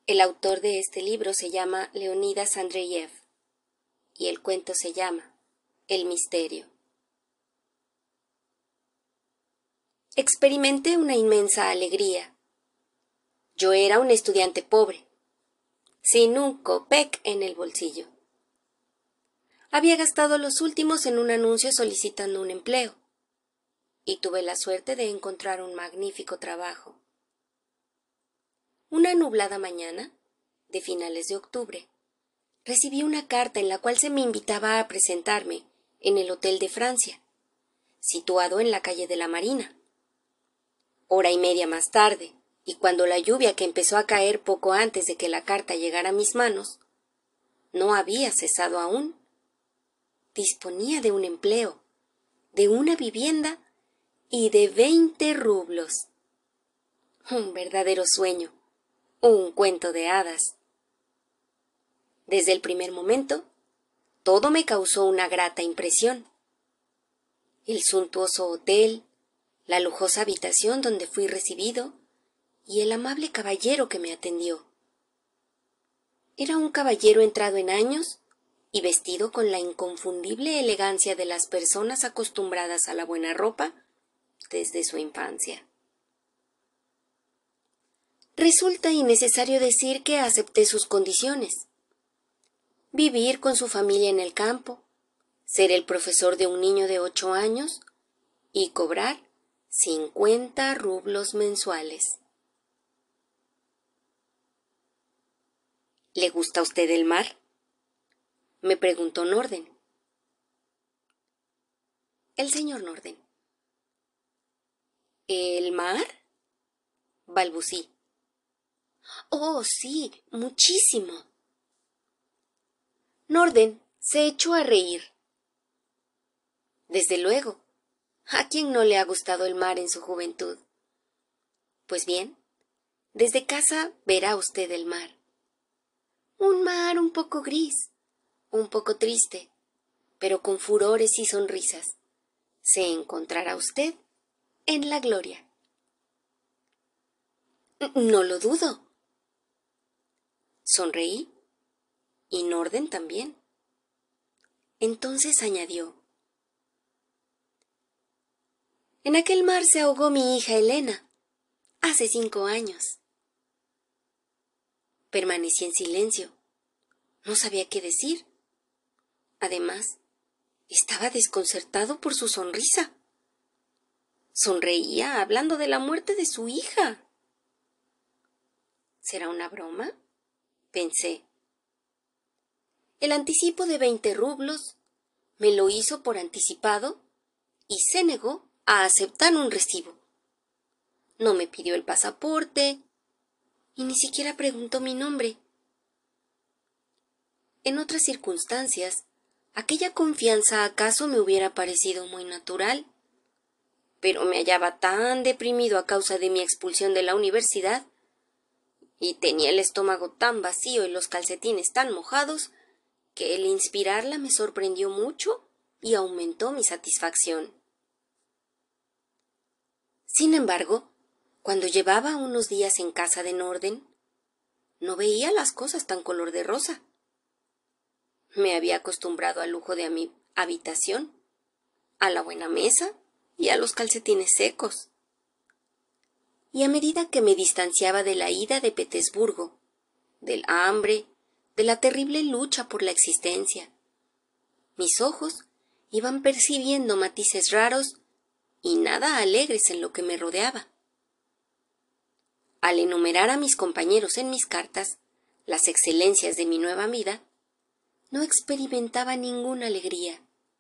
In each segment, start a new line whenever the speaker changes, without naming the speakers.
El autor de este libro se llama Leonidas Andreyev y el cuento se llama El misterio. Experimenté una inmensa alegría. Yo era un estudiante pobre, sin un copec en el bolsillo. Había gastado los últimos en un anuncio solicitando un empleo y tuve la suerte de encontrar un magnífico trabajo. Una nublada mañana, de finales de octubre, recibí una carta en la cual se me invitaba a presentarme en el Hotel de Francia, situado en la calle de la Marina. Hora y media más tarde, y cuando la lluvia que empezó a caer poco antes de que la carta llegara a mis manos, no había cesado aún. Disponía de un empleo, de una vivienda y de 20 rublos. Un verdadero sueño, un cuento de hadas. Desde el primer momento, todo me causó una grata impresión. El suntuoso hotel, la lujosa habitación donde fui recibido y el amable caballero que me atendió. Era un caballero entrado en años y vestido con la inconfundible elegancia de las personas acostumbradas a la buena ropa desde su infancia. Resulta innecesario decir que acepté sus condiciones. Vivir con su familia en el campo, ser el profesor de un niño de 8 años y cobrar 50 rublos mensuales. ¿Le gusta a usted el mar?, me preguntó Norden. El señor Norden. ¿El mar?, balbucí. Oh, sí, muchísimo. Norden se echó a reír. Desde luego, ¿a quién no le ha gustado el mar en su juventud? Pues bien, desde casa verá usted el mar. Un mar un poco gris, un poco triste, pero con furores y sonrisas. Se encontrará usted en la gloria. No lo dudo. Sonreí, y Norden también. Entonces añadió: en aquel mar se ahogó mi hija Elena, hace 5 años. Permanecí en silencio. No sabía qué decir. Además, estaba desconcertado por su sonrisa. Sonreía hablando de la muerte de su hija. ¿Será una broma?, pensé. El anticipo de 20 rublos me lo hizo por anticipado y se negó a aceptar un recibo. No me pidió el pasaporte y ni siquiera preguntó mi nombre. En otras circunstancias, aquella confianza acaso me hubiera parecido muy natural, pero me hallaba tan deprimido a causa de mi expulsión de la universidad y tenía el estómago tan vacío y los calcetines tan mojados que el inspirarla me sorprendió mucho y aumentó mi satisfacción. Sin embargo, cuando llevaba unos días en casa de Norden, no veía las cosas tan color de rosa. Me había acostumbrado al lujo de mi habitación, a la buena mesa y a los calcetines secos. Y a medida que me distanciaba de la ida de Petersburgo, del hambre, de la terrible lucha por la existencia, mis ojos iban percibiendo matices raros y nada alegres en lo que me rodeaba. Al enumerar a mis compañeros en mis cartas las excelencias de mi nueva vida, no experimentaba ninguna alegría.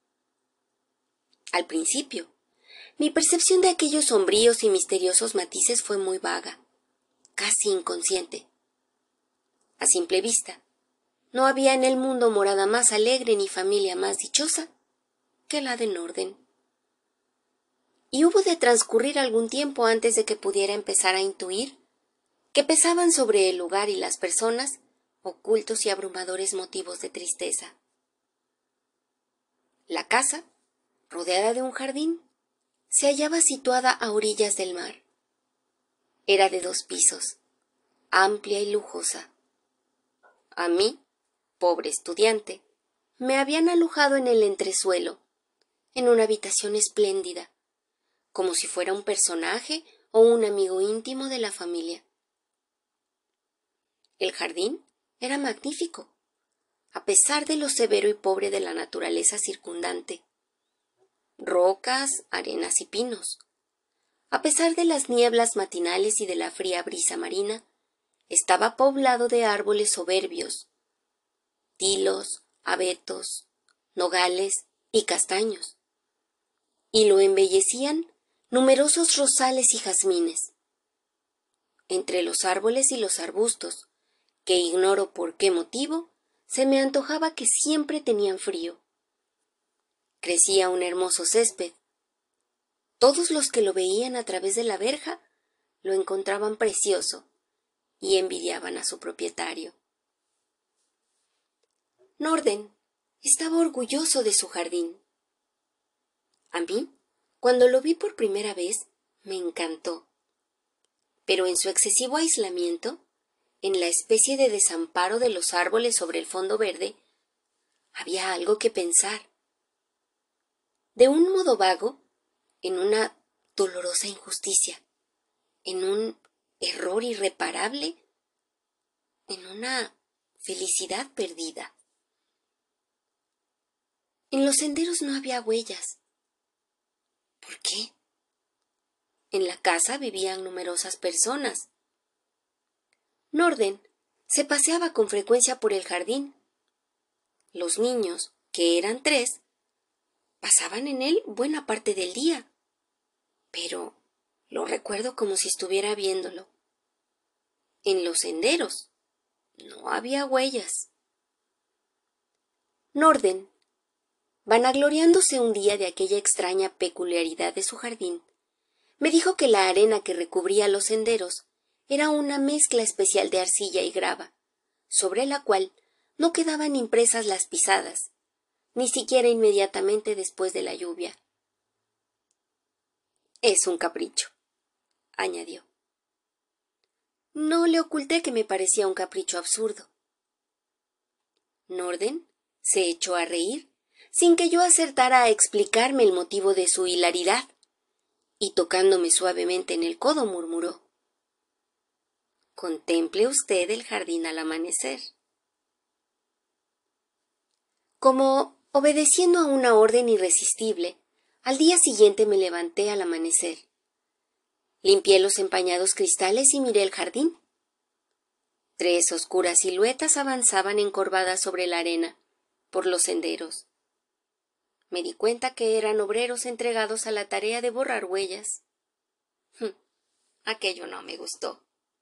Al principio, mi percepción de aquellos sombríos y misteriosos matices fue muy vaga, casi inconsciente. A simple vista, no había en el mundo morada más alegre ni familia más dichosa que la de Norden. Y hubo de transcurrir algún tiempo antes de que pudiera empezar a intuir que pesaban sobre el lugar y las personas ocultos y abrumadores motivos de tristeza. La casa, rodeada de un jardín, se hallaba situada a orillas del mar. Era de 2 pisos, amplia y lujosa, A mí, pobre estudiante, me habían alojado en el entresuelo, en una habitación espléndida, como si fuera un personaje o un amigo íntimo de la familia. El jardín era magnífico, a pesar de lo severo y pobre de la naturaleza circundante. Rocas, arenas y pinos. A pesar de las nieblas matinales y de la fría brisa marina, estaba poblado de árboles soberbios, tilos, abetos, nogales y castaños, y lo embellecían numerosos rosales y jazmines. Entre los árboles y los arbustos, que ignoro por qué motivo, se me antojaba que siempre tenían frío. Crecía un hermoso césped. Todos los que lo veían a través de la verja lo encontraban precioso y envidiaban a su propietario. Norden estaba orgulloso de su jardín. A mí, cuando lo vi por primera vez, me encantó. Pero en su excesivo aislamiento, en la especie de desamparo de los árboles sobre el fondo verde, había algo que pensar. De un modo vago, en una dolorosa injusticia, en un error irreparable, en una felicidad perdida. En los senderos no había huellas. ¿Por qué? En la casa vivían numerosas personas. Norden se paseaba con frecuencia por el jardín. Los niños, que eran 3, pasaban en él buena parte del día. Pero lo recuerdo como si estuviera viéndolo. En los senderos no había huellas. Norden, vanagloriándose un día de aquella extraña peculiaridad de su jardín, me dijo que la arena que recubría los senderos era una mezcla especial de arcilla y grava, sobre la cual no quedaban impresas las pisadas, ni siquiera inmediatamente después de la lluvia. Es un capricho, añadió. No le oculté que me parecía un capricho absurdo. Norden se echó a reír, sin que yo acertara a explicarme el motivo de su hilaridad, y tocándome suavemente en el codo murmuró: «Contemple usted el jardín al amanecer». Como obedeciendo a una orden irresistible, al día siguiente me levanté al amanecer. Limpié los empañados cristales y miré el jardín. 3 oscuras siluetas avanzaban encorvadas sobre la arena, por los senderos. Me di cuenta que eran obreros entregados a la tarea de borrar huellas. Aquello no me gustó.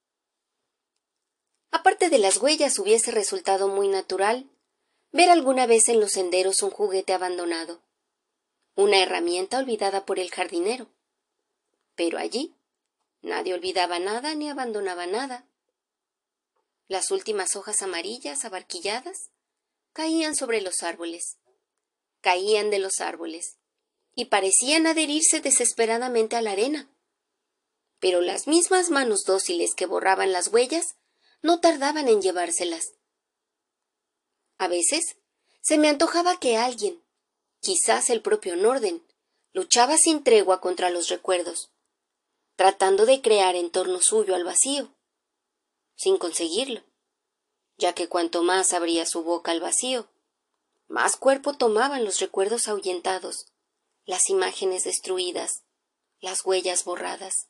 Aparte de las huellas, hubiese resultado muy natural ver alguna vez en los senderos un juguete abandonado, una herramienta olvidada por el jardinero. Pero allí nadie olvidaba nada ni abandonaba nada. Las últimas hojas amarillas, abarquilladas, caían sobre los árboles, caían de los árboles, y parecían adherirse desesperadamente a la arena. Pero las mismas manos dóciles que borraban las huellas no tardaban en llevárselas. A veces se me antojaba que alguien, quizás el propio Norden, luchaba sin tregua contra los recuerdos, tratando de crear en torno suyo al vacío, sin conseguirlo, ya que cuanto más abría su boca al vacío, más cuerpo tomaban los recuerdos ahuyentados, las imágenes destruidas, las huellas borradas.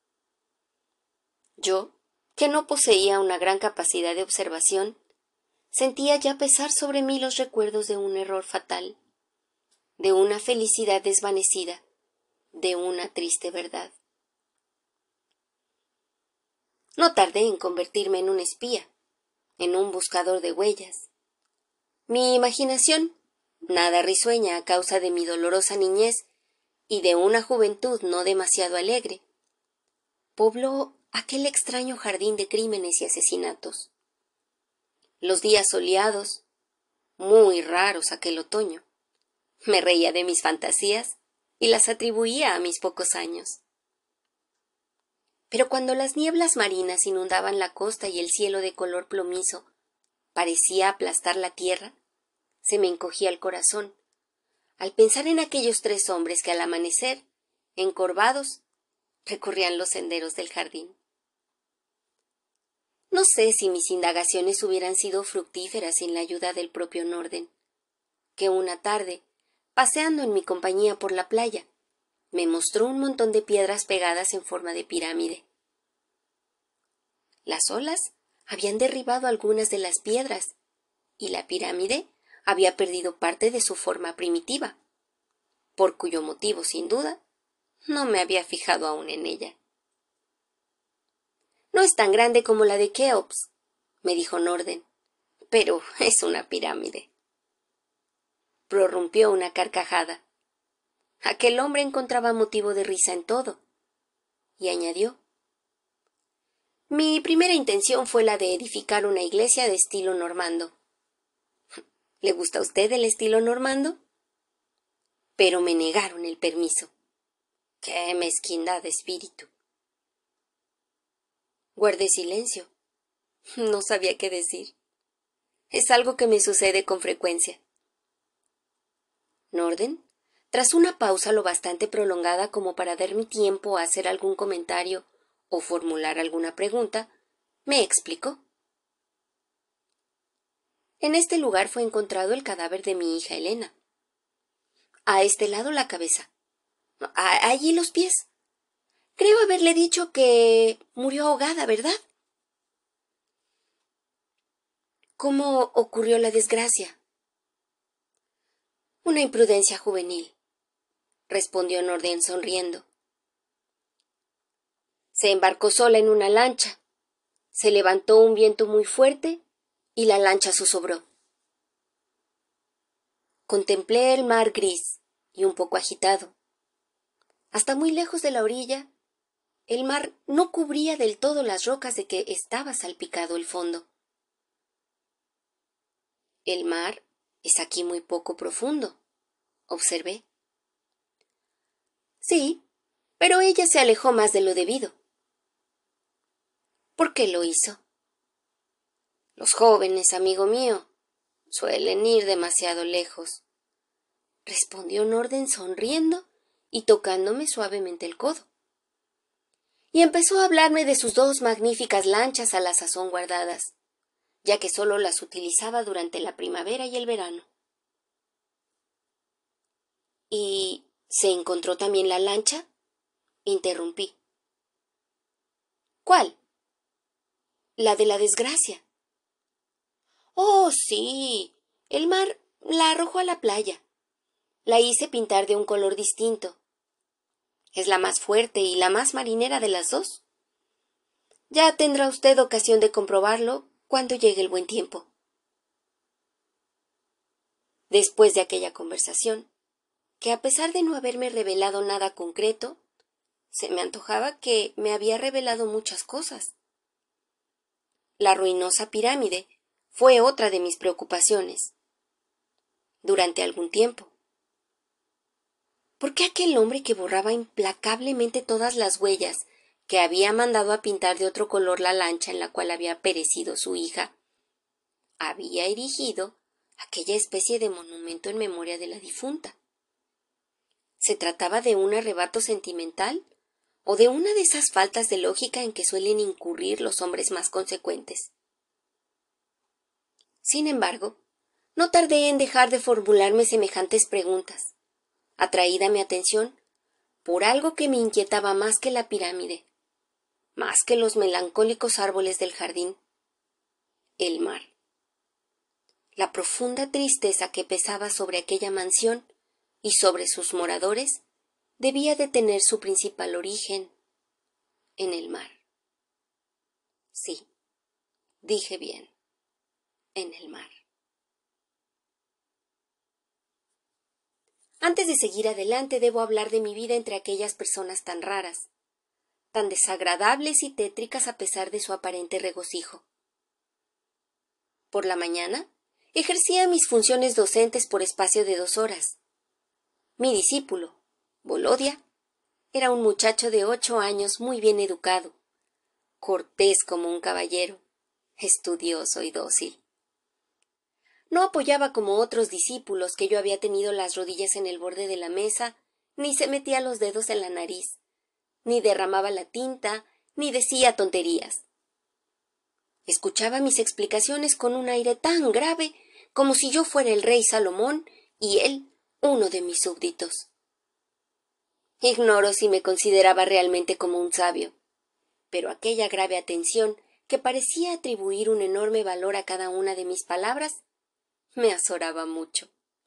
Yo, que no poseía una gran capacidad de observación, sentía ya pesar sobre mí los recuerdos de un error fatal, de una felicidad desvanecida, de una triste verdad. No tardé en convertirme en un espía, en un buscador de huellas. Mi imaginación, nada risueña a causa de mi dolorosa niñez y de una juventud no demasiado alegre, pobló aquel extraño jardín de crímenes y asesinatos. Los días soleados, muy raros aquel otoño, me reía de mis fantasías y las atribuía a mis pocos años. Pero cuando las nieblas marinas inundaban la costa y el cielo de color plomizo parecía aplastar la tierra, se me encogía el corazón al pensar en aquellos 3 hombres que al amanecer, encorvados, recorrían los senderos del jardín. No sé si mis indagaciones hubieran sido fructíferas sin la ayuda del propio Norden, que una tarde, paseando en mi compañía por la playa, me mostró un montón de piedras pegadas en forma de pirámide. Las olas habían derribado algunas de las piedras, y la pirámide había perdido parte de su forma primitiva, por cuyo motivo, sin duda, no me había fijado aún en ella. No es tan grande como la de Keops, me dijo Norden, pero es una pirámide. Prorrumpió una carcajada. Aquel hombre encontraba motivo de risa en todo, y añadió: mi primera intención fue la de edificar una iglesia de estilo normando. ¿Le gusta a usted el estilo normando? Pero me negaron el permiso. ¡Qué mezquindad de espíritu! Guardé silencio. No sabía qué decir. Es algo que me sucede con frecuencia. Norden, tras una pausa lo bastante prolongada como para darme tiempo a hacer algún comentario o formular alguna pregunta, me explicó. En este lugar fue encontrado el cadáver de mi hija Elena. A este lado la cabeza. Allí los pies. Creo haberle dicho que murió ahogada, ¿verdad? ¿Cómo ocurrió la desgracia? Una imprudencia juvenil, respondió Norden sonriendo. Se embarcó sola en una lancha. Se levantó un viento muy fuerte y la lancha zozobró. Contemplé el mar gris y un poco agitado. Hasta muy lejos de la orilla, el mar no cubría del todo las rocas de que estaba salpicado el fondo. El mar es aquí muy poco profundo, observé. Sí, pero ella se alejó más de lo debido. ¿Por qué lo hizo? Los jóvenes, amigo mío, suelen ir demasiado lejos, respondió Norden sonriendo y tocándome suavemente el codo. Y empezó a hablarme de sus 2 magníficas lanchas a la sazón guardadas, ya que solo las utilizaba durante la primavera y el verano. ¿Y se encontró también la lancha? Interrumpí. ¿Cuál? La de la desgracia. Oh, sí. El mar la arrojó a la playa. La hice pintar de un color distinto. Es la más fuerte y la más marinera de las 2. Ya tendrá usted ocasión de comprobarlo cuando llegue el buen tiempo. Después de aquella conversación, que a pesar de no haberme revelado nada concreto, se me antojaba que me había revelado muchas cosas. La ruinosa pirámide fue otra de mis preocupaciones. Durante algún tiempo. ¿Por qué aquel hombre que borraba implacablemente todas las huellas que había mandado a pintar de otro color la lancha en la cual había perecido su hija, había erigido aquella especie de monumento en memoria de la difunta? ¿Se trataba de un arrebato sentimental o de una de esas faltas de lógica en que suelen incurrir los hombres más consecuentes? Sin embargo, no tardé en dejar de formularme semejantes preguntas, atraída mi atención por algo que me inquietaba más que la pirámide, más que los melancólicos árboles del jardín: el mar. La profunda tristeza que pesaba sobre aquella mansión y sobre sus moradores debía de tener su principal origen en el mar. Sí, dije bien, en el mar. Antes de seguir adelante, debo hablar de mi vida entre aquellas personas tan raras, tan desagradables y tétricas a pesar de su aparente regocijo. Por la mañana, ejercía mis funciones docentes por espacio de 2 horas. Mi discípulo, Volodia, era un muchacho de 8 años muy bien educado, cortés como un caballero, estudioso y dócil. No apoyaba como otros discípulos que yo había tenido las rodillas en el borde de la mesa, ni se metía los dedos en la nariz, ni derramaba la tinta, ni decía tonterías. Escuchaba mis explicaciones con un aire tan grave como si yo fuera el rey Salomón y él uno de mis súbditos. Ignoro si me consideraba realmente como un sabio, pero aquella grave atención, que parecía atribuir un enorme valor a cada una de mis palabras, me azoraba mucho.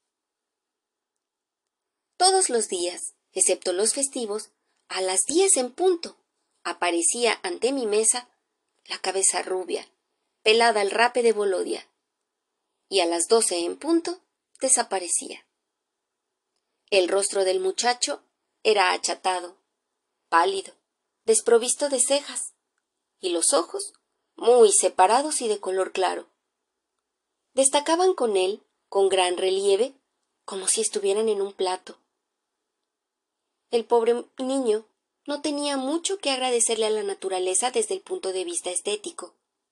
Todos los días, excepto los festivos, a las 10 en punto, aparecía ante mi mesa la cabeza rubia, pelada al rape de Volodia, y a las 12 en punto desaparecía. El rostro del muchacho era achatado, pálido, desprovisto de cejas, y los ojos muy separados y de color claro. Destacaban con él, con gran relieve, como si estuvieran en un plato. El pobre niño no tenía mucho que agradecerle a la naturaleza desde el punto de vista estético.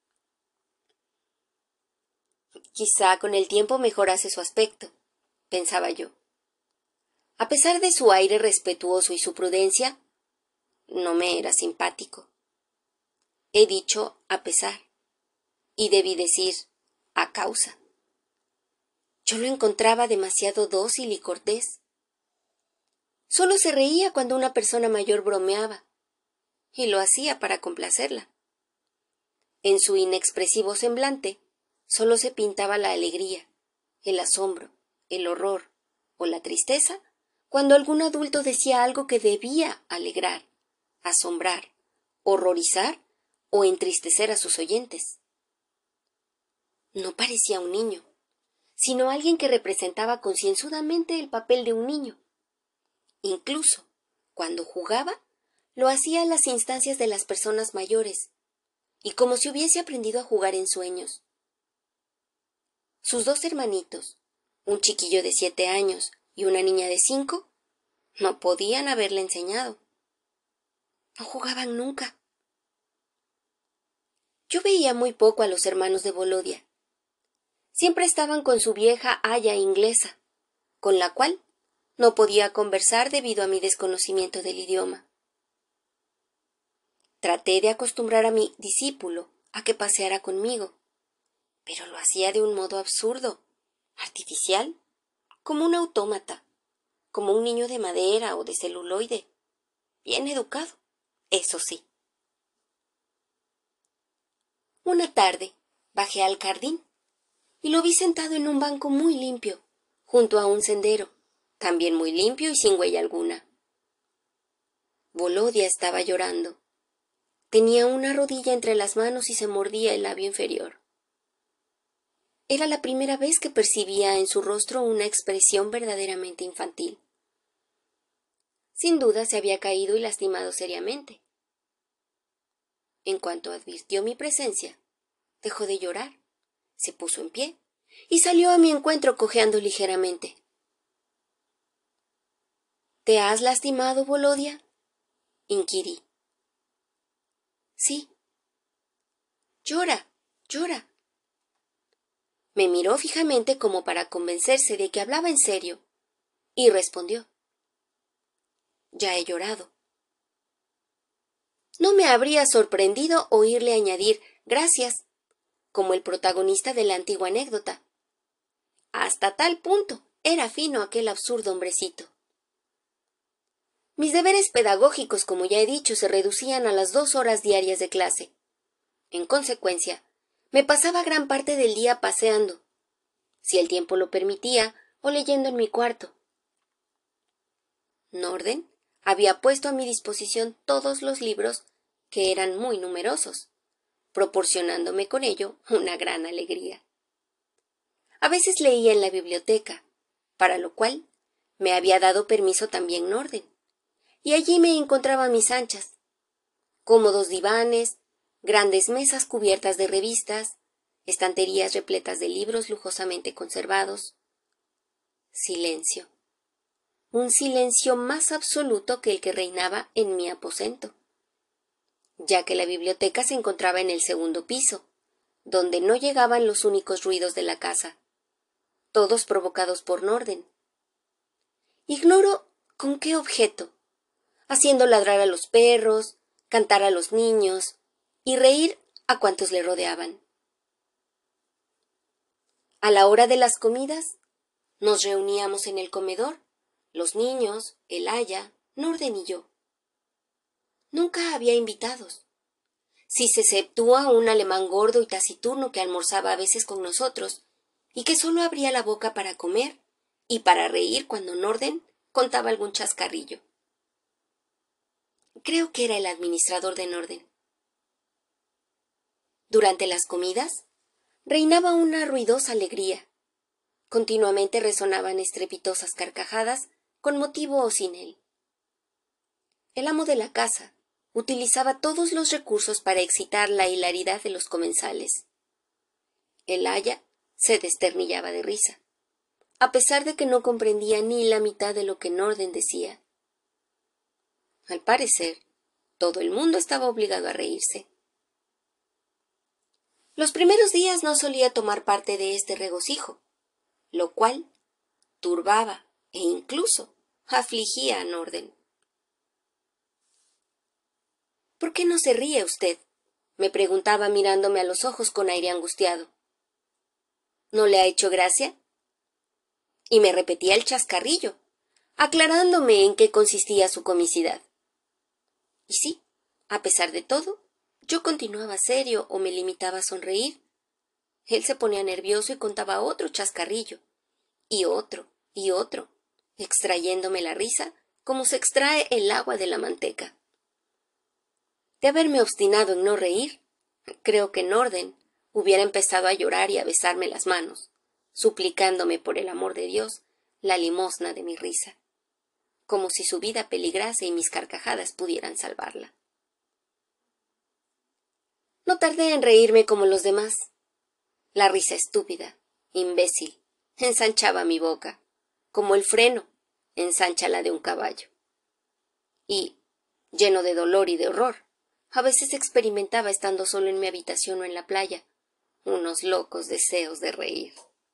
Quizá con el tiempo mejorase su aspecto, pensaba yo. A pesar de su aire respetuoso y su prudencia, no me era simpático. He dicho a pesar, y debí decir a causa. Yo lo encontraba demasiado dócil y cortés. Solo se reía cuando una persona mayor bromeaba, y lo hacía para complacerla. En su inexpresivo semblante solo se pintaba la alegría, el asombro, el horror o la tristeza cuando algún adulto decía algo que debía alegrar, asombrar, horrorizar o entristecer a sus oyentes. No parecía un niño, sino alguien que representaba concienzudamente el papel de un niño. Incluso, cuando jugaba, lo hacía a las instancias de las personas mayores, y como si hubiese aprendido a jugar en sueños. Sus 2 hermanitos, un chiquillo de 7 años y una niña de 5, no podían haberle enseñado. No jugaban nunca. Yo veía muy poco a los hermanos de Volodia. Siempre estaban con su vieja aya inglesa, con la cual no podía conversar debido a mi desconocimiento del idioma. Traté de acostumbrar a mi discípulo a que paseara conmigo, pero lo hacía de un modo absurdo, artificial, como un autómata, como un niño de madera o de celuloide, bien educado, eso sí. Una tarde bajé al jardín y lo vi sentado en un banco muy limpio, junto a un sendero, también muy limpio y sin huella alguna. Volodia estaba llorando. Tenía una rodilla entre las manos y se mordía el labio inferior. Era la primera vez que percibía en su rostro una expresión verdaderamente infantil. Sin duda se había caído y lastimado seriamente. En cuanto advirtió mi presencia, dejó de llorar, se puso en pie y salió a mi encuentro cojeando ligeramente. —¿Te has lastimado, Volodia? —inquirí. —Sí. —Llora, llora. Me miró fijamente como para convencerse de que hablaba en serio, y respondió: —Ya he llorado. No me habría sorprendido oírle añadir «gracias», como el protagonista de la antigua anécdota. Hasta tal punto era fino aquel absurdo hombrecito. Mis deberes pedagógicos, como ya he dicho, se reducían a las 2 horas diarias de clase. En consecuencia, me pasaba gran parte del día paseando, si el tiempo lo permitía, o leyendo en mi cuarto. Norden había puesto a mi disposición todos los libros, que eran muy numerosos, proporcionándome con ello una gran alegría. A veces leía en la biblioteca, para lo cual me había dado permiso también Norden, y allí me encontraba a mis anchas, cómodos divanes, grandes mesas cubiertas de revistas, estanterías repletas de libros lujosamente conservados. Silencio. Un silencio más absoluto que el que reinaba en mi aposento, ya que la biblioteca se encontraba en el 2.º piso, donde no llegaban los únicos ruidos de la casa. todos provocados por Norden. Ignoro con qué objeto, haciendo ladrar a los perros, cantar a los niños y reír a cuantos le rodeaban. A la hora de las comidas, nos reuníamos en el comedor, los niños, el aya, Norden y yo. Nunca había invitados. Si se exceptúa un alemán gordo y taciturno que almorzaba a veces con nosotros y que solo abría la boca para comer y para reír cuando Norden contaba algún chascarrillo. Creo que era el administrador de Norden. Durante las comidas, reinaba una ruidosa alegría. Continuamente resonaban estrepitosas carcajadas, con motivo o sin él. El amo de la casa utilizaba todos los recursos para excitar la hilaridad de los comensales. El aya se desternillaba de risa, a pesar de que no comprendía ni la mitad de lo que Norden decía. Al parecer, todo el mundo estaba obligado a reírse. Los primeros días no solía tomar parte de este regocijo, lo cual turbaba e incluso afligía a Norden. —¿Por qué no se ríe usted? —me preguntaba mirándome a los ojos con aire angustiado. —¿No le ha hecho gracia? Y me repetía el chascarrillo, aclarándome en qué consistía su comicidad. Y sí, a pesar de todo, yo continuaba serio o me limitaba a sonreír. Él se ponía nervioso y contaba otro chascarrillo, y otro, extrayéndome la risa como se extrae el agua de la manteca. De haberme obstinado en no reír, creo que Norden hubiera empezado a llorar y a besarme las manos, suplicándome por el amor de Dios la limosna de mi risa, como si su vida peligrase y mis carcajadas pudieran salvarla. No tardé en reírme como los demás. La risa estúpida, imbécil, ensanchaba mi boca, como el freno ensancha la de un caballo. Y, lleno de dolor y de horror, a veces experimentaba, estando solo en mi habitación o en la playa, unos locos deseos de reír.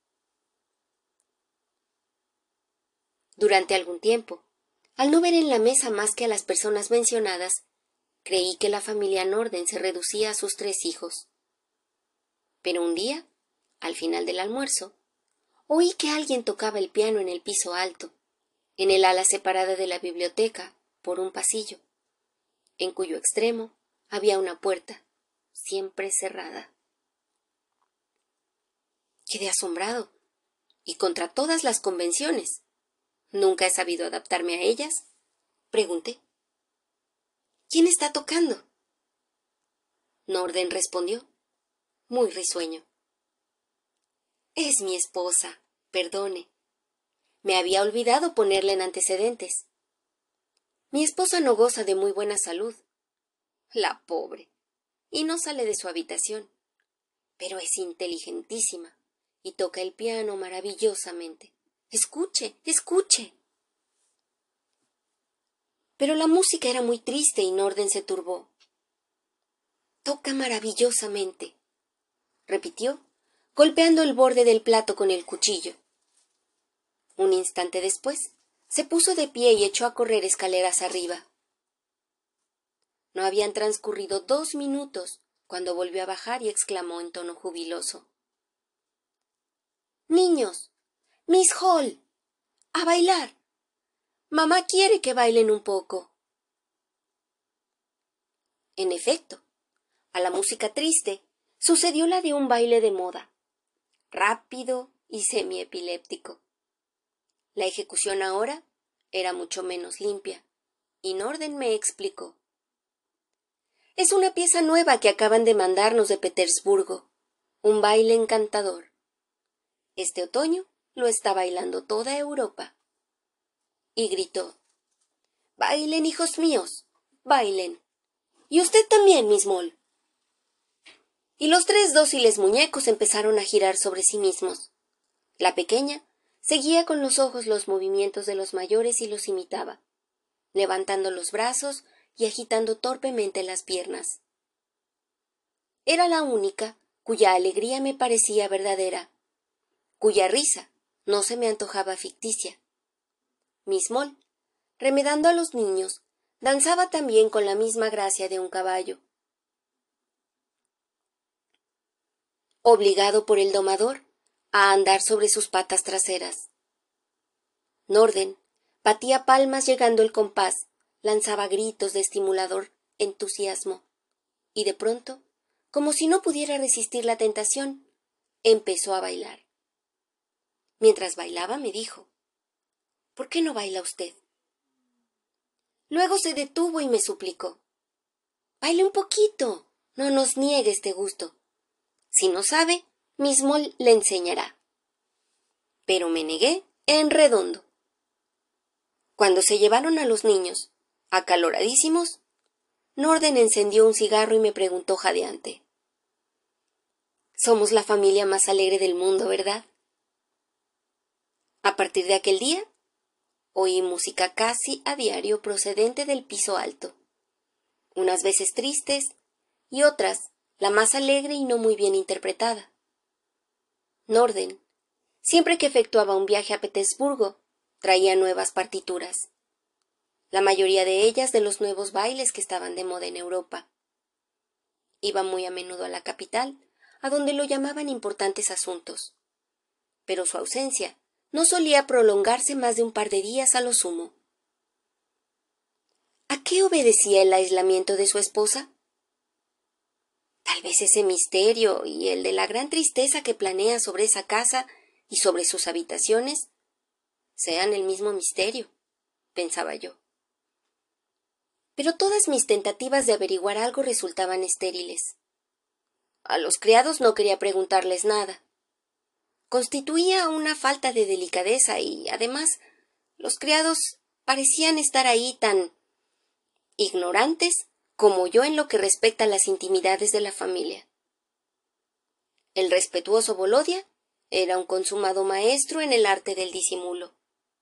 Durante algún tiempo, al no ver en la mesa más que a las personas mencionadas, creí que la familia Norden se reducía a sus 3 hijos. Pero un día, al final del almuerzo, oí que alguien tocaba el piano en el piso alto, en el ala separada de la biblioteca por un pasillo, en cuyo extremo había una puerta, siempre cerrada. Quedé asombrado, y contra todas las convenciones, nunca he sabido adaptarme a ellas, pregunté: ¿Quién está tocando? Norden respondió, muy risueño: Es mi esposa, perdone. Me había olvidado ponerle en antecedentes. Mi esposa no goza de muy buena salud. La pobre. Y no sale de su habitación. Pero es inteligentísima y toca el piano maravillosamente. Escuche, escuche. Pero la música era muy triste y Norden se turbó. Toca maravillosamente, repitió, golpeando el borde del plato con el cuchillo. Un instante después, se puso de pie y echó a correr escaleras arriba. No habían transcurrido 2 minutos cuando volvió a bajar y exclamó en tono jubiloso: —Niños, Miss Hall, a bailar. Mamá quiere que bailen un poco. En efecto, a la música triste sucedió la de un baile de moda, rápido y semiepiléptico. La ejecución ahora era mucho menos limpia, y Norden me explicó: es una pieza nueva que acaban de mandarnos de Petersburgo, un baile encantador. Este otoño lo está bailando toda Europa. Y gritó: ¡Bailen, hijos míos! ¡Bailen! Y usted también, Miss Moll. Y los 3 dóciles muñecos empezaron a girar sobre sí mismos. La pequeña seguía con los ojos los movimientos de los mayores y los imitaba, levantando los brazos y agitando torpemente las piernas. Era la única cuya alegría me parecía verdadera, cuya risa no se me antojaba ficticia. Miss Moll, remedando a los niños, danzaba también con la misma gracia de un caballo. Obligado por el domador a andar sobre sus patas traseras. Norden batía palmas llegando el compás, lanzaba gritos de estimulador entusiasmo, y de pronto, como si no pudiera resistir la tentación, empezó a bailar. Mientras bailaba me dijo: ¿por qué no baila usted? Luego se detuvo y me suplicó: baile un poquito, no nos niegue este gusto. Si no sabe, Miss Moll le enseñará. Pero me negué en redondo. Cuando se llevaron a los niños, acaloradísimos, Norden encendió un cigarro y me preguntó jadeante: somos la familia más alegre del mundo, ¿verdad? A partir de aquel día, oí música casi a diario procedente del piso alto, unas veces tristes y otras la más alegre y no muy bien interpretada. Norden, siempre que efectuaba un viaje a Petersburgo, traía nuevas partituras, la mayoría de ellas de los nuevos bailes que estaban de moda en Europa. Iba muy a menudo a la capital, a donde lo llamaban importantes asuntos, pero su ausencia no solía prolongarse más de un par de días a lo sumo. ¿A qué obedecía el aislamiento de su esposa? Tal vez ese misterio y el de la gran tristeza que planea sobre esa casa y sobre sus habitaciones sean el mismo misterio, pensaba yo. Pero todas mis tentativas de averiguar algo resultaban estériles. A los criados no quería preguntarles nada. Constituía una falta de delicadeza y, además, los criados parecían estar ahí tan ignorantes como yo en lo que respecta a las intimidades de la familia. El respetuoso Volodia era un consumado maestro en el arte del disimulo.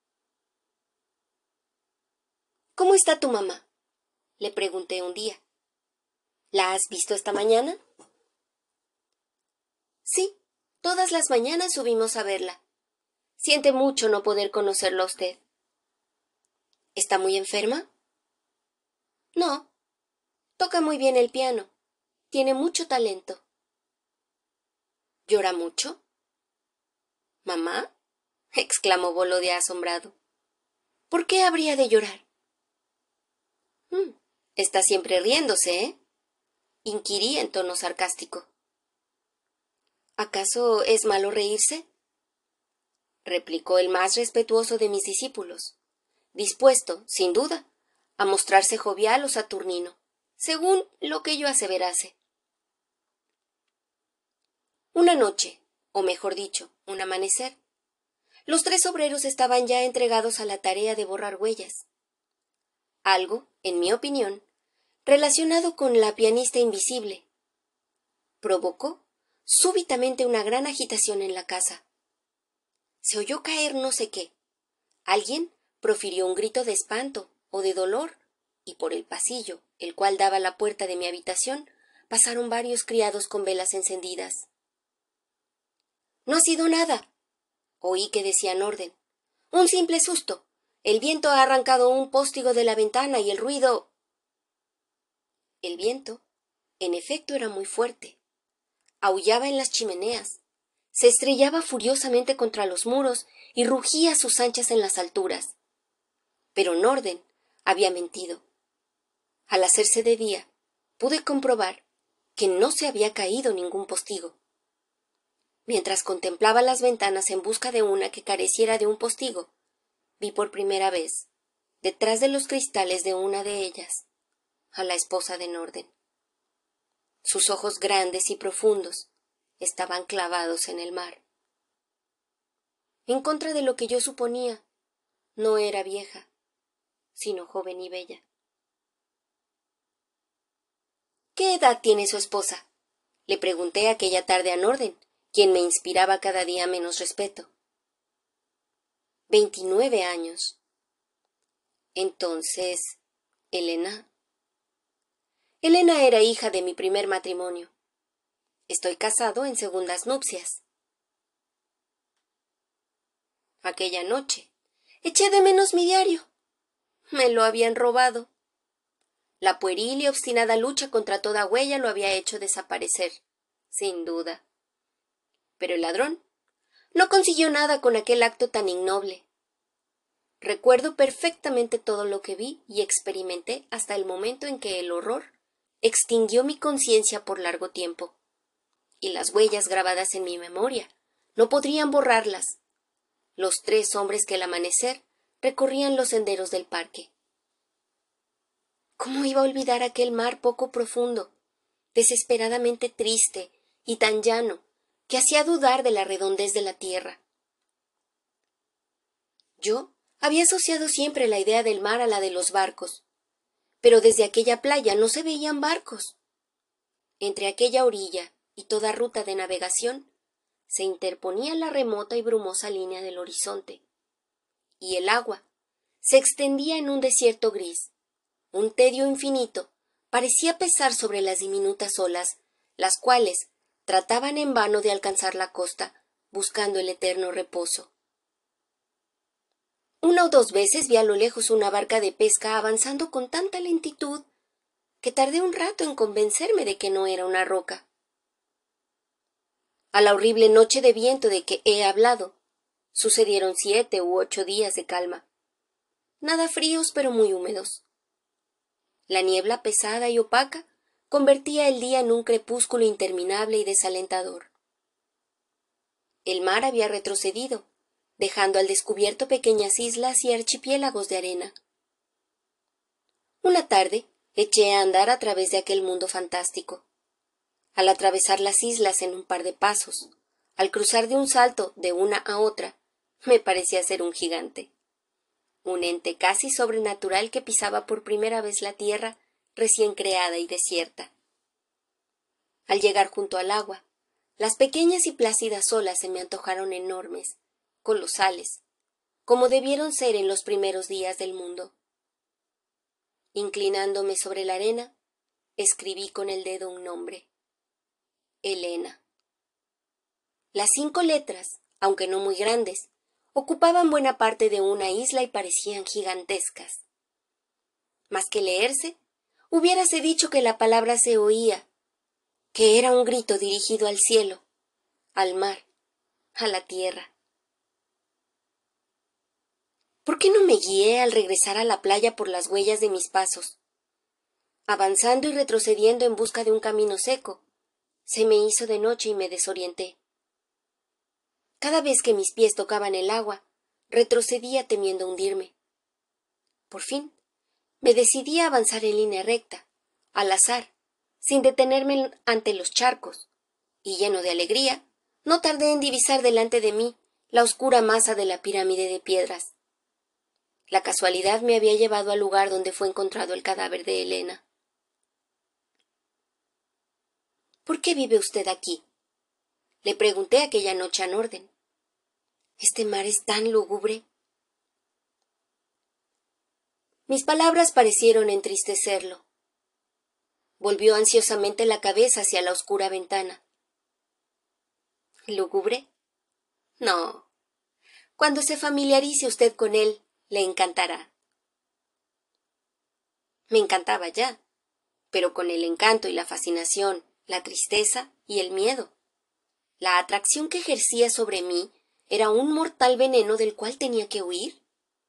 ¿Cómo está tu mamá?, le pregunté un día. ¿La has visto esta mañana? Sí, todas las mañanas subimos a verla. Siente mucho no poder conocerlo a usted. ¿Está muy enferma? No. Toca muy bien el piano. Tiene mucho talento. ¿Llora mucho? ¿Mamá?, exclamó Volodia asombrado. ¿Por qué habría de llorar? Está siempre riéndose, ¿eh?, inquirí en tono sarcástico. ¿Acaso es malo reírse?, replicó el más respetuoso de mis discípulos, dispuesto, sin duda, a mostrarse jovial o saturnino, según lo que yo aseverase. Una noche, o mejor dicho, un amanecer, los tres obreros estaban ya entregados a la tarea de borrar huellas. Algo, en mi opinión, relacionado con la pianista invisible, provocó súbitamente una gran agitación en la casa. Se oyó caer no sé qué. Alguien profirió un grito de espanto o de dolor, y por el pasillo, el cual daba a la puerta de mi habitación, pasaron varios criados con velas encendidas. «No ha sido nada», oí que decían Norden. «Un simple susto. El viento ha arrancado un póstigo de la ventana y el ruido...». El viento, en efecto, era muy fuerte. Aullaba en las chimeneas, se estrellaba furiosamente contra los muros y rugía a sus anchas en las alturas. Pero Norden había mentido. Al hacerse de día, pude comprobar que no se había caído ningún postigo. Mientras contemplaba las ventanas en busca de una que careciera de un postigo, vi por primera vez, detrás de los cristales de una de ellas, a la esposa de Norden. Sus ojos grandes y profundos estaban clavados en el mar. En contra de lo que yo suponía, no era vieja, sino joven y bella. ¿Qué edad tiene su esposa?, le pregunté aquella tarde a Norden, quien me inspiraba cada día menos respeto. 29 años. Entonces, Elena. Elena era hija de mi primer matrimonio. Estoy casado en segundas nupcias. Aquella noche eché de menos mi diario. Me lo habían robado. La pueril y obstinada lucha contra toda huella lo había hecho desaparecer, sin duda. Pero el ladrón no consiguió nada con aquel acto tan ignoble. Recuerdo perfectamente todo lo que vi y experimenté hasta el momento en que el horror extinguió mi conciencia por largo tiempo, y las huellas grabadas en mi memoria no podrían borrarlas. Los 3 hombres que al amanecer recorrían los senderos del parque. ¿Cómo iba a olvidar aquel mar poco profundo, desesperadamente triste y tan llano, que hacía dudar de la redondez de la tierra? Yo había asociado siempre la idea del mar a la de los barcos, pero desde aquella playa no se veían barcos. Entre aquella orilla y toda ruta de navegación se interponía la remota y brumosa línea del horizonte, y el agua se extendía en un desierto gris. Un tedio infinito parecía pesar sobre las diminutas olas, las cuales trataban en vano de alcanzar la costa, buscando el eterno reposo. 1 o 2 veces vi a lo lejos una barca de pesca avanzando con tanta lentitud que tardé un rato en convencerme de que no era una roca. A la horrible noche de viento de que he hablado, sucedieron 7 u 8 días de calma, nada fríos pero muy húmedos. La niebla pesada y opaca convertía el día en un crepúsculo interminable y desalentador. El mar había retrocedido, dejando al descubierto pequeñas islas y archipiélagos de arena. Una tarde eché a andar a través de aquel mundo fantástico. Al atravesar las islas en un par de pasos, al cruzar de un salto de una a otra, me parecía ser un gigante. Un ente casi sobrenatural que pisaba por primera vez la tierra recién creada y desierta. Al llegar junto al agua, las pequeñas y plácidas olas se me antojaron enormes, colosales, como debieron ser en los primeros días del mundo. Inclinándome sobre la arena, escribí con el dedo un nombre: Elena. Las 5 letras, aunque no muy grandes, ocupaban buena parte de una isla y parecían gigantescas. Más que leerse, hubiérase dicho que la palabra se oía, que era un grito dirigido al cielo, al mar, a la tierra. ¿Por qué no me guié al regresar a la playa por las huellas de mis pasos? Avanzando y retrocediendo en busca de un camino seco, se me hizo de noche y me desorienté. Cada vez que mis pies tocaban el agua, retrocedía temiendo hundirme. Por fin, me decidí a avanzar en línea recta, al azar, sin detenerme ante los charcos, y lleno de alegría, no tardé en divisar delante de mí la oscura masa de la pirámide de piedras. La casualidad me había llevado al lugar donde fue encontrado el cadáver de Elena. ¿Por qué vive usted aquí?, le pregunté aquella noche a Norden. ¿Este mar es tan lúgubre? Mis palabras parecieron entristecerlo. Volvió ansiosamente la cabeza hacia la oscura ventana. ¿Lúgubre? No. Cuando se familiarice usted con él, le encantará. Me encantaba ya, pero con el encanto y la fascinación, la tristeza y el miedo. La atracción que ejercía sobre mí era un mortal veneno del cual tenía que huir.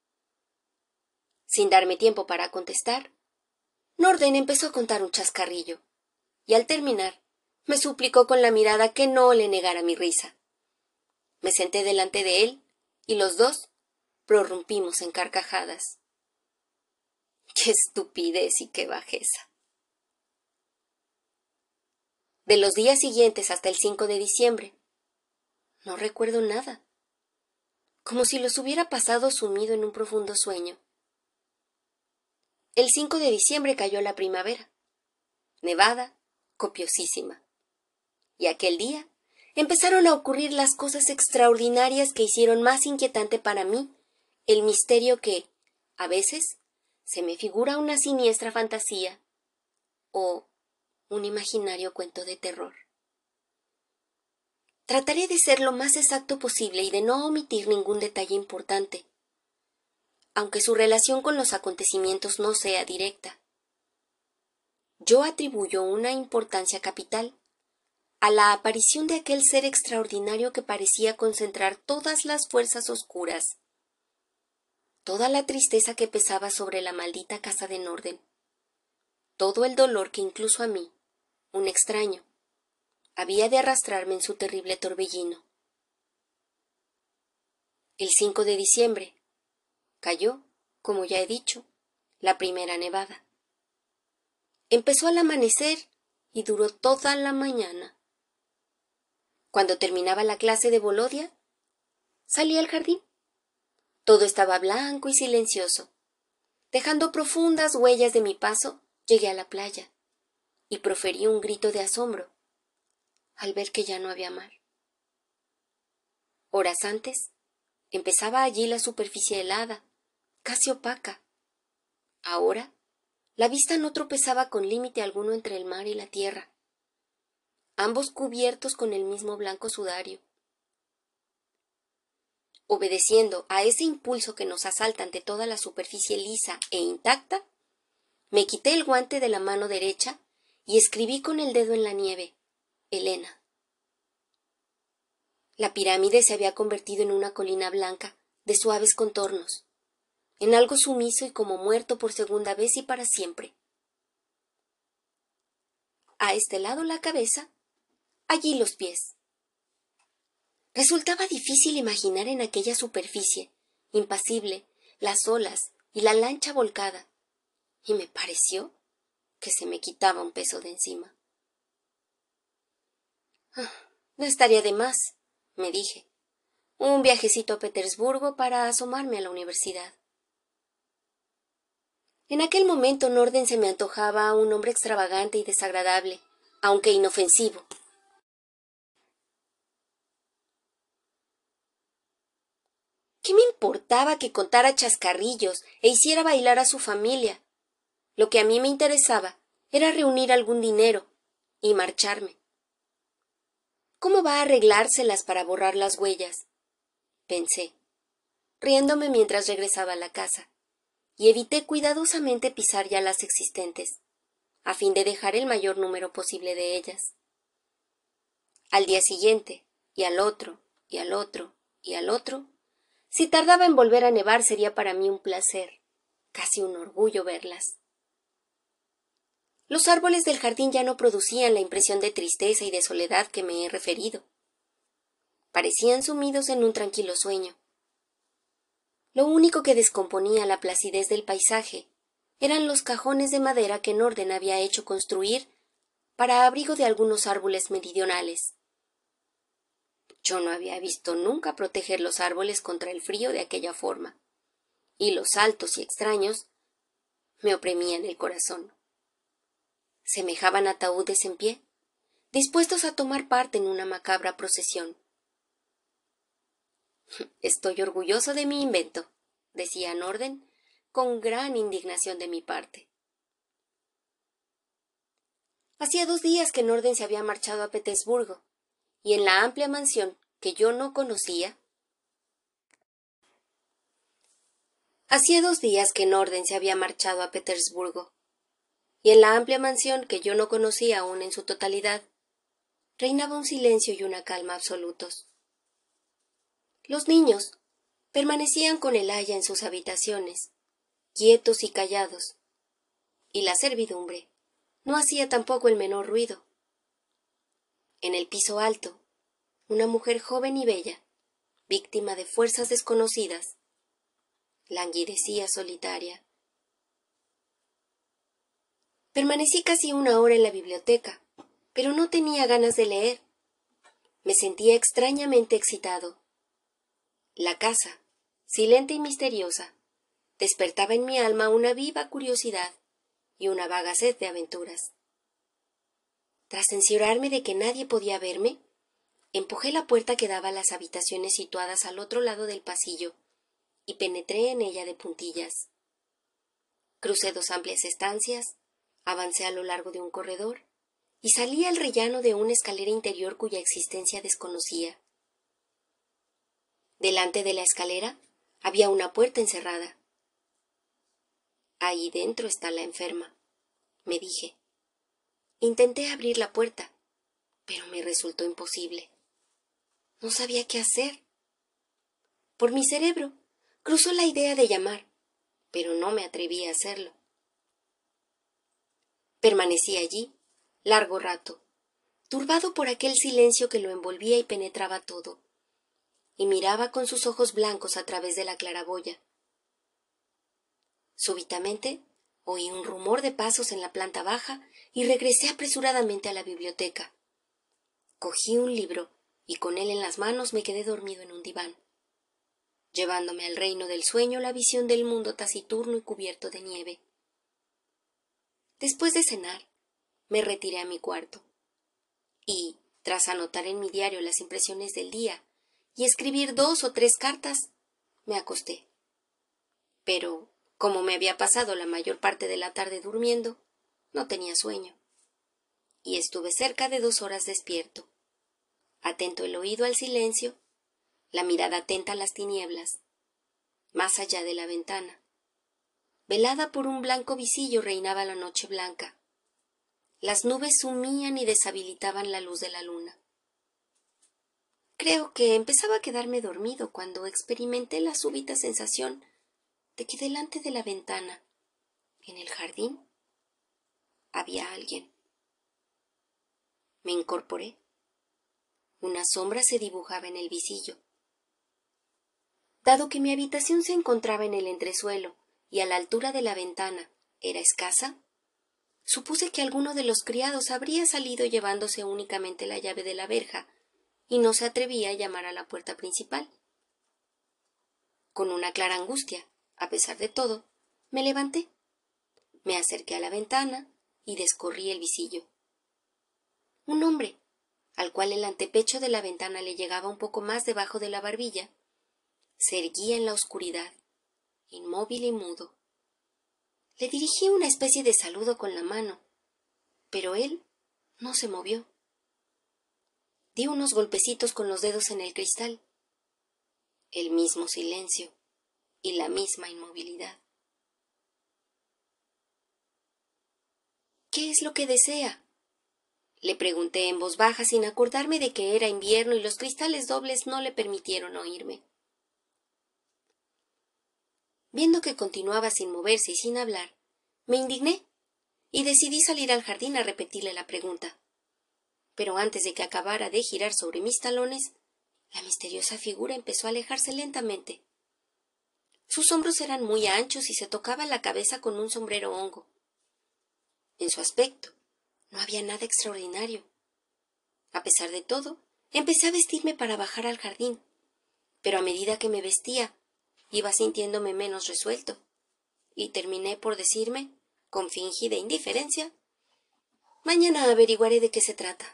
Sin darme tiempo para contestar, Norden empezó a contar un chascarrillo, y al terminar, me suplicó con la mirada que no le negara mi risa. Me senté delante de él, y los dos prorrumpimos en carcajadas. ¡Qué estupidez y qué bajeza! De los días siguientes hasta el 5 de diciembre, no recuerdo nada, como si los hubiera pasado sumido en un profundo sueño. El 5 de diciembre cayó la primavera, nevada, copiosísima, y aquel día empezaron a ocurrir las cosas extraordinarias que hicieron más inquietante para mí el misterio que, a veces, se me figura una siniestra fantasía o un imaginario cuento de terror. Trataré de ser lo más exacto posible y de no omitir ningún detalle importante, aunque su relación con los acontecimientos no sea directa. Yo atribuyo una importancia capital a la aparición de aquel ser extraordinario que parecía concentrar todas las fuerzas oscuras, toda la tristeza que pesaba sobre la maldita casa de Norden, todo el dolor que incluso a mí, un extraño, había de arrastrarme en su terrible torbellino. El 5 de diciembre cayó, como ya he dicho, la primera nevada. Empezó al amanecer y duró toda la mañana. Cuando terminaba la clase de Bolodia, salí al jardín. Todo estaba blanco y silencioso. Dejando profundas huellas de mi paso, llegué a la playa y proferí un grito de asombro al ver que ya no había mar. Horas antes, empezaba allí la superficie helada, casi opaca. Ahora, la vista no tropezaba con límite alguno entre el mar y la tierra, ambos cubiertos con el mismo blanco sudario. Obedeciendo a ese impulso que nos asalta ante toda la superficie lisa e intacta, me quité el guante de la mano derecha y escribí con el dedo en la nieve: Elena. La pirámide se había convertido en una colina blanca de suaves contornos, en algo sumiso y como muerto por segunda vez y para siempre. A este lado la cabeza, allí los pies. Resultaba difícil imaginar en aquella superficie, impasible, las olas y la lancha volcada, y me pareció que se me quitaba un peso de encima. No estaría de más, me dije, un viajecito a Petersburgo para asomarme a la universidad. En aquel momento Norden se me antojaba un hombre extravagante y desagradable, aunque inofensivo. ¿Qué me importaba que contara chascarrillos e hiciera bailar a su familia? Lo que a mí me interesaba era reunir algún dinero y marcharme. ¿Cómo va a arreglárselas para borrar las huellas?, pensé, riéndome mientras regresaba a la casa, y evité cuidadosamente pisar ya las existentes, a fin de dejar el mayor número posible de ellas. Al día siguiente, y al otro, y al otro, y al otro, si tardaba en volver a nevar sería para mí un placer, casi un orgullo verlas. Los árboles del jardín ya no producían la impresión de tristeza y de soledad que me he referido. Parecían sumidos en un tranquilo sueño. Lo único que descomponía la placidez del paisaje eran los cajones de madera que Norden había hecho construir para abrigo de algunos árboles meridionales. Yo no había visto nunca proteger los árboles contra el frío de aquella forma, y los altos y extraños me oprimían el corazón. Semejaban ataúdes en pie, dispuestos a tomar parte en una macabra procesión. Estoy orgulloso de mi invento, decía Norden, con gran indignación de mi parte. Hacía 2 días que Norden se había marchado a Petersburgo, y en la amplia mansión que yo no conocía, Hacía 2 días que Norden se había marchado a Petersburgo, y en la amplia mansión que yo no conocía aún en su totalidad, reinaba un silencio y una calma absolutos. Los niños permanecían con el aya en sus habitaciones, quietos y callados, y la servidumbre no hacía tampoco el menor ruido. En el piso alto, una mujer joven y bella, víctima de fuerzas desconocidas, languidecía solitaria. Permanecí casi 1 hora en la biblioteca, pero no tenía ganas de leer. Me sentía extrañamente excitado. La casa, silente y misteriosa, despertaba en mi alma una viva curiosidad y una vaga sed de aventuras. Tras cerciorarme de que nadie podía verme, empujé la puerta que daba a las habitaciones situadas al otro lado del pasillo y penetré en ella de puntillas. Crucé 2 amplias estancias, avancé a lo largo de un corredor y salí al rellano de una escalera interior cuya existencia desconocía. Delante de la escalera había una puerta encerrada. Ahí dentro está la enferma, me dije. Intenté abrir la puerta, pero me resultó imposible. No sabía qué hacer. Por mi cerebro cruzó la idea de llamar, pero no me atreví a hacerlo. Permanecí allí, largo rato, turbado por aquel silencio que lo envolvía y penetraba todo, y miraba con sus ojos blancos a través de la claraboya. Súbitamente oí un rumor de pasos en la planta baja y regresé apresuradamente a la biblioteca. Cogí un libro y con él en las manos me quedé dormido en un diván, llevándome al reino del sueño la visión del mundo taciturno y cubierto de nieve. Después de cenar, me retiré a mi cuarto y, tras anotar en mi diario las impresiones del día y escribir 2 o 3 cartas, me acosté. Pero, como me había pasado la mayor parte de la tarde durmiendo, no tenía sueño, y estuve cerca de 2 horas despierto, atento el oído al silencio, la mirada atenta a las tinieblas, más allá de la ventana. Velada por un blanco visillo reinaba la noche blanca. Las nubes sumían y deshabilitaban la luz de la luna. Creo que empezaba a quedarme dormido cuando experimenté la súbita sensación de que delante de la ventana, en el jardín, había alguien. Me incorporé. Una sombra se dibujaba en el visillo. Dado que mi habitación se encontraba en el entresuelo y a la altura de la ventana era escasa, supuse que alguno de los criados habría salido llevándose únicamente la llave de la verja y no se atrevía a llamar a la puerta principal. Con una clara angustia, a pesar de todo, me levanté, me acerqué a la ventana y descorrí el visillo. Un hombre, al cual el antepecho de la ventana le llegaba un poco más debajo de la barbilla, se erguía en la oscuridad, inmóvil y mudo. Le dirigí una especie de saludo con la mano, pero él no se movió. Di unos golpecitos con los dedos en el cristal. El mismo silencio y la misma inmovilidad. ¿Qué es lo que desea? Le pregunté en voz baja sin acordarme de que era invierno y los cristales dobles no le permitieron oírme. Viendo que continuaba sin moverse y sin hablar, me indigné y decidí salir al jardín a repetirle la pregunta. Pero antes de que acabara de girar sobre mis talones, la misteriosa figura empezó a alejarse lentamente. Sus hombros eran muy anchos y se tocaba la cabeza con un sombrero hongo. En su aspecto no había nada extraordinario. A pesar de todo, empecé a vestirme para bajar al jardín, pero a medida que me vestía, iba sintiéndome menos resuelto, y terminé por decirme, con fingida indiferencia, «Mañana averiguaré de qué se trata».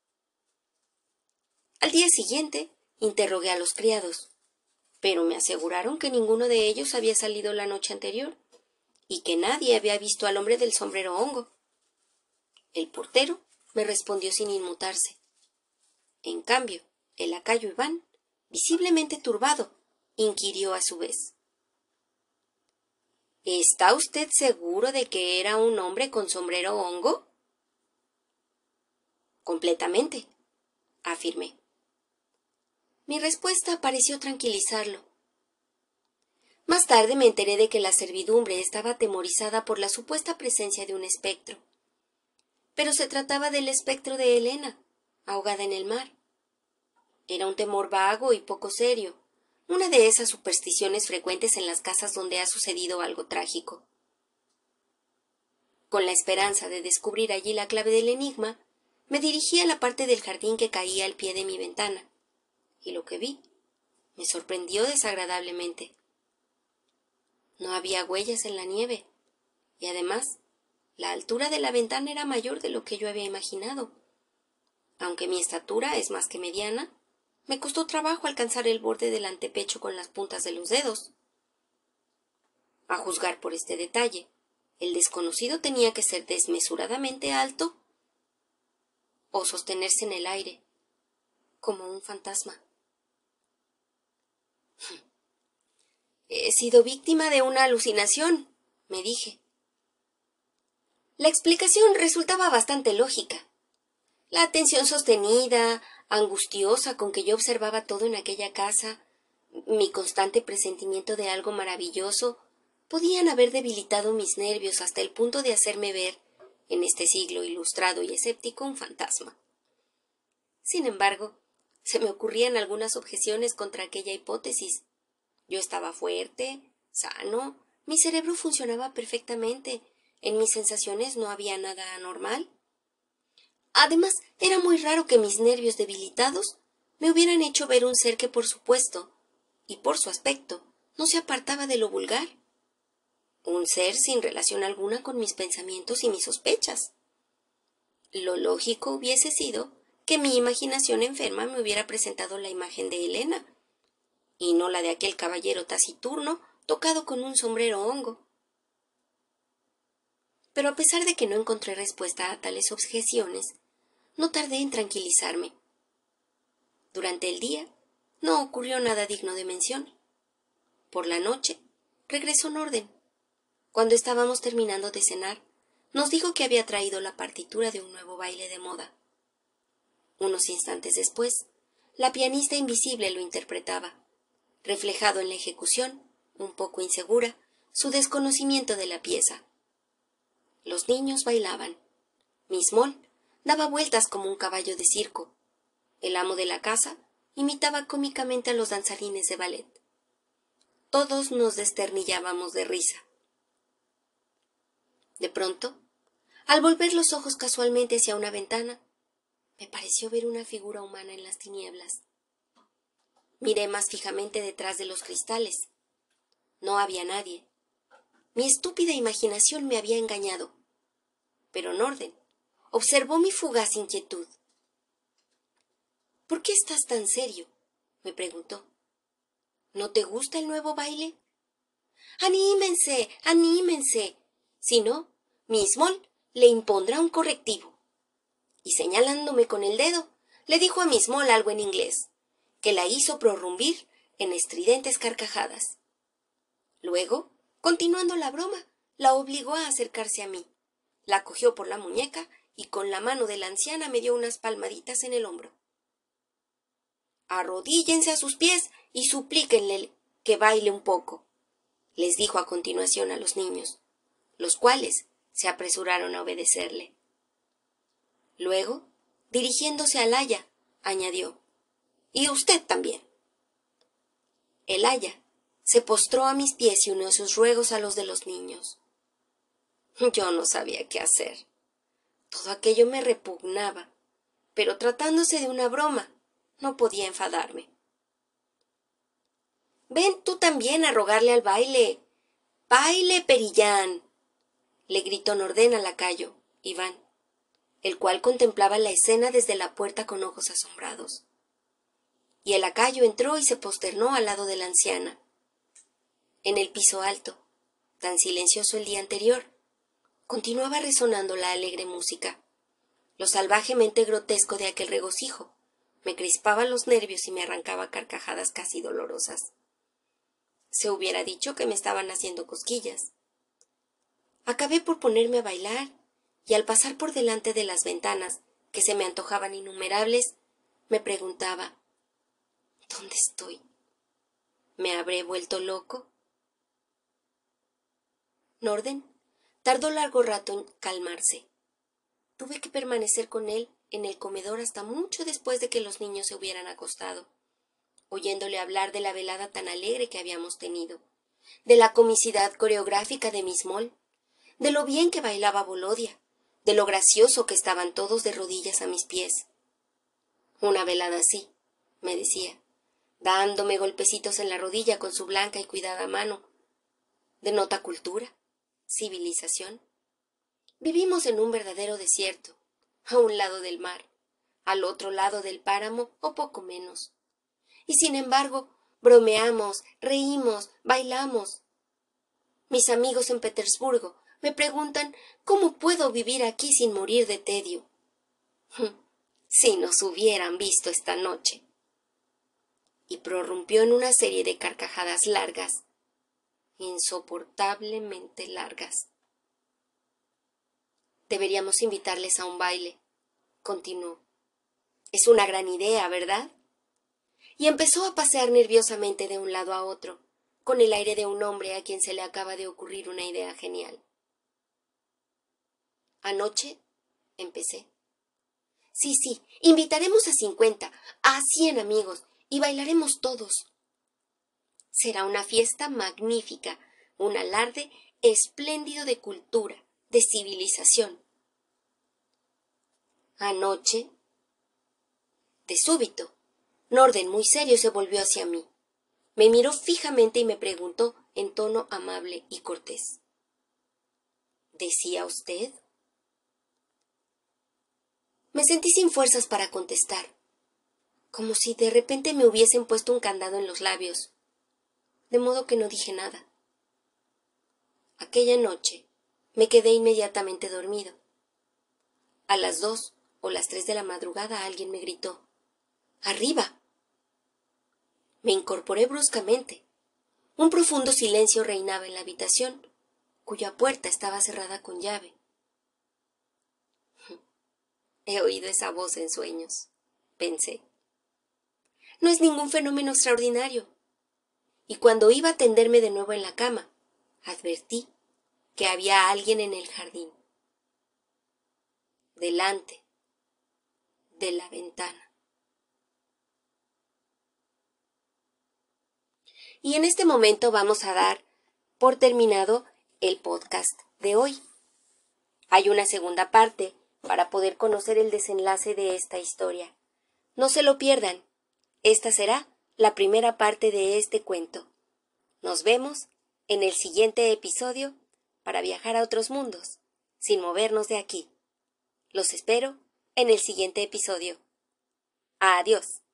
Al día siguiente, interrogué a los criados, pero me aseguraron que ninguno de ellos había salido la noche anterior, y que nadie había visto al hombre del sombrero hongo. El portero me respondió sin inmutarse. En cambio, el lacayo Iván, visiblemente turbado, inquirió a su vez. ¿Está usted seguro de que era un hombre con sombrero hongo? Completamente, afirmé. Mi respuesta pareció tranquilizarlo. Más tarde me enteré de que la servidumbre estaba atemorizada por la supuesta presencia de un espectro. Pero se trataba del espectro de Elena, ahogada en el mar. Era un temor vago y poco serio, una de esas supersticiones frecuentes en las casas donde ha sucedido algo trágico. Con la esperanza de descubrir allí la clave del enigma, me dirigí a la parte del jardín que caía al pie de mi ventana, y lo que vi me sorprendió desagradablemente. No había huellas en la nieve, y además, la altura de la ventana era mayor de lo que yo había imaginado. Aunque mi estatura es más que mediana, me costó trabajo alcanzar el borde del antepecho con las puntas de los dedos. A juzgar por este detalle, el desconocido tenía que ser desmesuradamente alto. o sostenerse en el aire, como un fantasma. He sido víctima de una alucinación, me dije. La explicación resultaba bastante lógica. La atención sostenida, angustiosa con que yo observaba todo en aquella casa, mi constante presentimiento de algo maravilloso, podían haber debilitado mis nervios hasta el punto de hacerme ver, en este siglo ilustrado y escéptico, un fantasma. Sin embargo, se me ocurrían algunas objeciones contra aquella hipótesis. Yo estaba fuerte, sano, mi cerebro funcionaba perfectamente, en mis sensaciones no había nada anormal. Además, era muy raro que mis nervios debilitados me hubieran hecho ver un ser que, por supuesto, y por su aspecto, no se apartaba de lo vulgar. Un ser sin relación alguna con mis pensamientos y mis sospechas. Lo lógico hubiese sido que mi imaginación enferma me hubiera presentado la imagen de Helena, y no la de aquel caballero taciturno tocado con un sombrero hongo. Pero a pesar de que no encontré respuesta a tales objeciones, no tardé en tranquilizarme. Durante el día no ocurrió nada digno de mención. Por la noche regresó Norden. Cuando estábamos terminando de cenar, nos dijo que había traído la partitura de un nuevo baile de moda. Unos instantes después, la pianista invisible lo interpretaba, reflejado en la ejecución, un poco insegura, su desconocimiento de la pieza. Los niños bailaban. Miss Moll daba vueltas como un caballo de circo. El amo de la casa imitaba cómicamente a los danzarines de ballet. Todos nos desternillábamos de risa. De pronto, al volver los ojos casualmente hacia una ventana, me pareció ver una figura humana en las tinieblas. Miré más fijamente detrás de los cristales. No había nadie. Mi estúpida imaginación me había engañado. Pero Norden observó mi fugaz inquietud. —¿Por qué estás tan serio? —me preguntó. —¿No te gusta el nuevo baile? —¡Anímense! ¡Anímense! Si no, Miss Moll le impondrá un correctivo. Y señalándome con el dedo, le dijo a Miss Moll algo en inglés, que la hizo prorrumpir en estridentes carcajadas. Luego, continuando la broma, la obligó a acercarse a mí. La cogió por la muñeca y con la mano de la anciana me dio unas palmaditas en el hombro. —Arrodíllense a sus pies y suplíquenle que baile un poco —les dijo a continuación a los niños, los cuales se apresuraron a obedecerle. Luego, dirigiéndose al aya, añadió: —Y usted también. El aya se postró a mis pies y unió sus ruegos a los de los niños. Yo no sabía qué hacer. Todo aquello me repugnaba, pero tratándose de una broma, no podía enfadarme. —Ven tú también a rogarle al baile. —¡Baile, Perillán! —le gritó Norden al lacayo, Iván, el cual contemplaba la escena desde la puerta con ojos asombrados. Y el lacayo entró y se posternó al lado de la anciana. En el piso alto, tan silencioso el día anterior, continuaba resonando la alegre música. Lo salvajemente grotesco de aquel regocijo me crispaba los nervios y me arrancaba carcajadas casi dolorosas. Se hubiera dicho que me estaban haciendo cosquillas. Acabé por ponerme a bailar, y al pasar por delante de las ventanas, que se me antojaban innumerables, me preguntaba: ¿dónde estoy? ¿Me habré vuelto loco? Norden tardó largo rato en calmarse. Tuve que permanecer con él en el comedor hasta mucho después de que los niños se hubieran acostado, oyéndole hablar de la velada tan alegre que habíamos tenido, de la comicidad coreográfica de Miss Moll, de lo bien que bailaba Volodia, de lo gracioso que estaban todos de rodillas a mis pies. Una velada así, me decía, dándome golpecitos en la rodilla con su blanca y cuidada mano, denota cultura, civilización. Vivimos en un verdadero desierto, a un lado del mar, al otro lado del páramo o poco menos. Y sin embargo, bromeamos, reímos, bailamos. Mis amigos en Petersburgo me preguntan cómo puedo vivir aquí sin morir de tedio. Si nos hubieran visto esta noche. Y prorrumpió en una serie de carcajadas largas, insoportablemente largas. Deberíamos invitarles a un baile, continuó. Es una gran idea, ¿verdad? Y empezó a pasear nerviosamente de un lado a otro, con el aire de un hombre a quien se le acaba de ocurrir una idea genial. Anoche empecé. Sí, invitaremos a 50, a 100 amigos, y bailaremos todos. Será una fiesta magnífica, un alarde espléndido de cultura, de civilización. Anoche, de súbito, Norden, muy serio, se volvió hacia mí. Me miró fijamente y me preguntó en tono amable y cortés. ¿Decía usted? Me sentí sin fuerzas para contestar, como si de repente me hubiesen puesto un candado en los labios, de modo que no dije nada. Aquella noche me quedé inmediatamente dormido. A las 2 o las 3 de la madrugada alguien me gritó: ¡Arriba! Me incorporé bruscamente. Un profundo silencio reinaba en la habitación, cuya puerta estaba cerrada con llave. He oído esa voz en sueños, pensé. No es ningún fenómeno extraordinario. Y cuando iba a tenderme de nuevo en la cama, advertí que había alguien en el jardín, delante de la ventana. Y en este momento vamos a dar por terminado el podcast de hoy. Hay una segunda parte para poder conocer el desenlace de esta historia. No se lo pierdan. Esta será la primera parte de este cuento. Nos vemos en el siguiente episodio para viajar a otros mundos, sin movernos de aquí. Los espero en el siguiente episodio. Adiós.